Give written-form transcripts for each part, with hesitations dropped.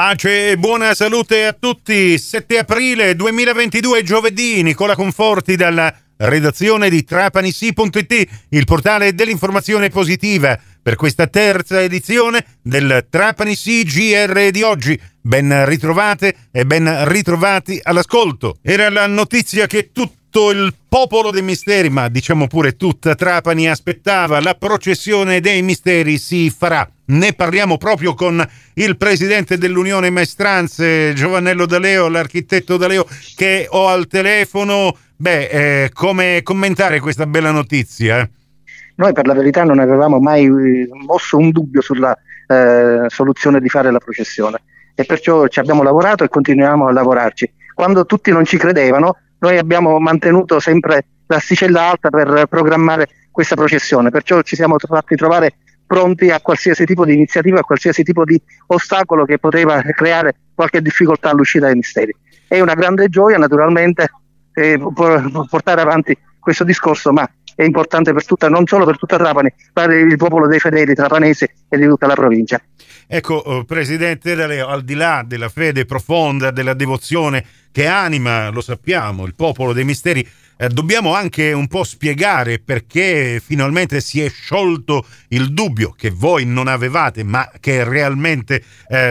Pace e buona salute a tutti. 7 aprile 2022, giovedì. Nicola Conforti dalla redazione di TrapaniSì.it, il portale dell'informazione positiva, per questa terza edizione del Trapani Sì GR di oggi. Ben ritrovate e ben ritrovati all'ascolto. Era la notizia che tutto il popolo dei misteri, ma diciamo pure tutta Trapani, aspettava. La processione dei misteri si farà. Ne parliamo proprio con il presidente dell'Unione Maestranze, Giovannello D'Aleo, l'architetto D'Aleo, che ho al telefono. Come commentare questa bella notizia? Noi per la verità non avevamo mai mosso un dubbio sulla soluzione di fare la processione, e perciò ci abbiamo lavorato e continuiamo a lavorarci. Quando tutti non ci credevano, noi abbiamo mantenuto sempre l'asticella alta per programmare questa processione, perciò ci siamo fatti trovare pronti a qualsiasi tipo di iniziativa, a qualsiasi tipo di ostacolo che poteva creare qualche difficoltà all'uscita dei misteri. È una grande gioia naturalmente portare avanti questo discorso, ma è importante per tutta, non solo per tutta Trapani, ma per il popolo dei fedeli trapanesi e di tutta la provincia. Ecco, Presidente D'Aleo, al di là della fede profonda, della devozione che anima, lo sappiamo, il popolo dei misteri, dobbiamo anche un po' spiegare perché finalmente si è sciolto il dubbio che voi non avevate, ma che realmente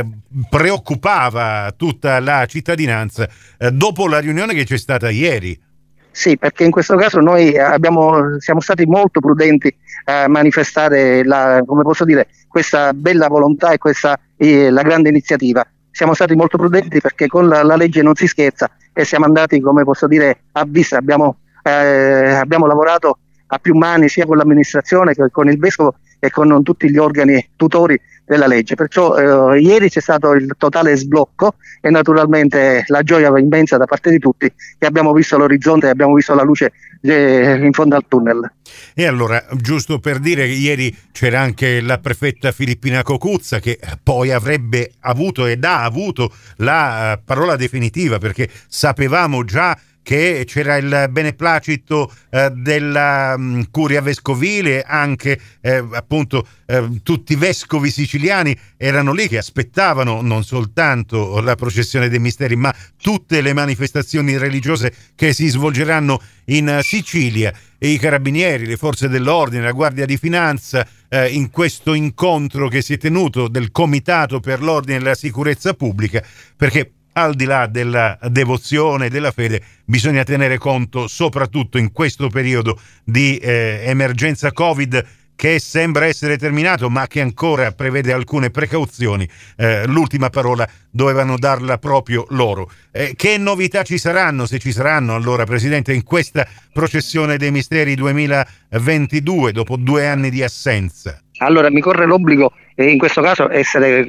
preoccupava tutta la cittadinanza dopo la riunione che c'è stata ieri. Sì, perché in questo caso noi siamo stati molto prudenti a manifestare questa bella volontà e la grande iniziativa. Siamo stati molto prudenti perché con la legge non si scherza, e siamo andati, a vista. Abbiamo lavorato a più mani sia con l'amministrazione che con il vescovo e con tutti gli organi tutori della legge. Perciò ieri c'è stato il totale sblocco e naturalmente la gioia immensa da parte di tutti, che abbiamo visto l'orizzonte e abbiamo visto la luce in fondo al tunnel. E allora, giusto per dire che ieri c'era anche la prefetta Filippina Cocuzza, che poi avrebbe avuto ed ha avuto la parola definitiva, perché sapevamo già che c'era il beneplacito della curia vescovile, anche tutti i vescovi siciliani erano lì che aspettavano non soltanto la processione dei misteri, ma tutte le manifestazioni religiose che si svolgeranno in Sicilia, e i carabinieri, le forze dell'ordine, la Guardia di Finanza, in questo incontro che si è tenuto del Comitato per l'Ordine e la Sicurezza Pubblica, perché al di là della devozione e della fede bisogna tenere conto, soprattutto in questo periodo di emergenza Covid, che sembra essere terminato ma che ancora prevede alcune precauzioni. L'ultima parola dovevano darla proprio loro. Che novità ci saranno, se ci saranno, allora, Presidente, in questa processione dei misteri 2022, dopo 2 anni di assenza? Allora, mi corre l'obbligo in questo caso essere,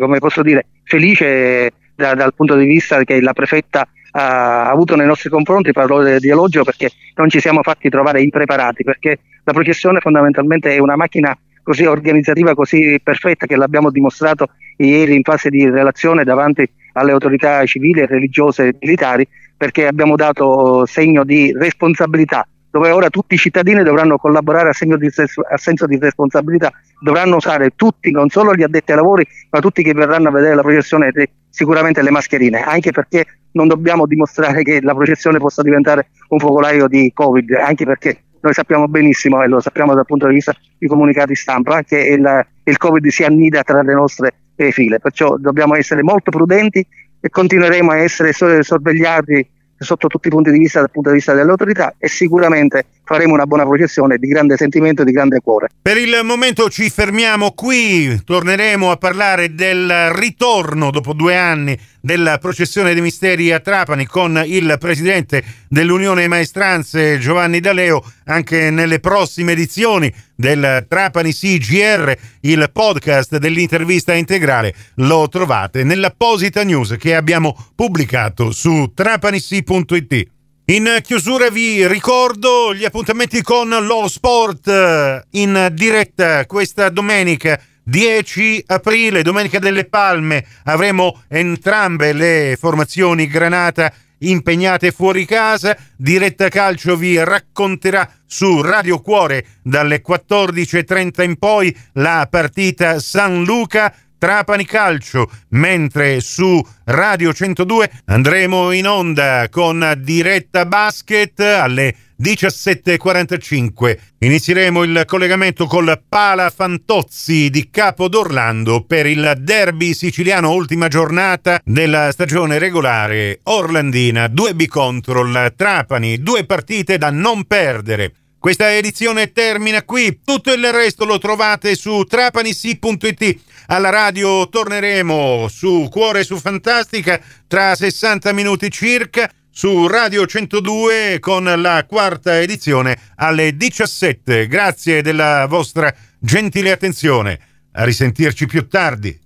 felice dal punto di vista che la prefetta ha avuto nei nostri confronti parole di elogio, perché non ci siamo fatti trovare impreparati, perché la processione fondamentalmente è una macchina così organizzativa, così perfetta, che l'abbiamo dimostrato ieri in fase di relazione davanti alle autorità civili, religiose e militari, perché abbiamo dato segno di responsabilità, dove ora tutti i cittadini dovranno collaborare a senso di responsabilità, dovranno usare tutti, non solo gli addetti ai lavori, ma tutti che verranno a vedere la processione, sicuramente le mascherine, anche perché non dobbiamo dimostrare che la processione possa diventare un focolaio di Covid, anche perché noi sappiamo benissimo, e lo sappiamo dal punto di vista di comunicati stampa, che il Covid si annida tra le nostre file, perciò dobbiamo essere molto prudenti e continueremo a essere sorvegliati sotto tutti i punti di vista, dal punto di vista delle autorità, e sicuramente faremo una buona processione di grande sentimento e di grande cuore. Per il momento ci fermiamo qui, torneremo a parlare del ritorno dopo 2 anni della processione dei misteri a Trapani con il presidente dell'Unione Maestranze Giovanni D'Aleo, anche nelle prossime edizioni del Trapani Sì GR. Il podcast dell'intervista integrale lo trovate nell'apposita news che abbiamo pubblicato su TrapaniSì.it. In chiusura vi ricordo gli appuntamenti con lo sport in diretta questa domenica 10 aprile, Domenica delle Palme. Avremo entrambe le formazioni Granata impegnate fuori casa. Diretta Calcio vi racconterà su Radio Cuore dalle 14:30 in poi la partita San Luca Trapani Calcio, mentre su Radio 102 andremo in onda con Diretta Basket alle 17:45. Inizieremo il collegamento col Pala Fantozzi di Capodorlando per il derby siciliano, ultima giornata della stagione regolare orlandina, 2B contro il Trapani, 2 partite da non perdere. Questa edizione termina qui, tutto il resto lo trovate su trapanisi.it. Alla radio torneremo su Cuore su Fantastica tra 60 minuti circa, su Radio 102 con la 4ª edizione alle 17. Grazie della vostra gentile attenzione. A risentirci più tardi.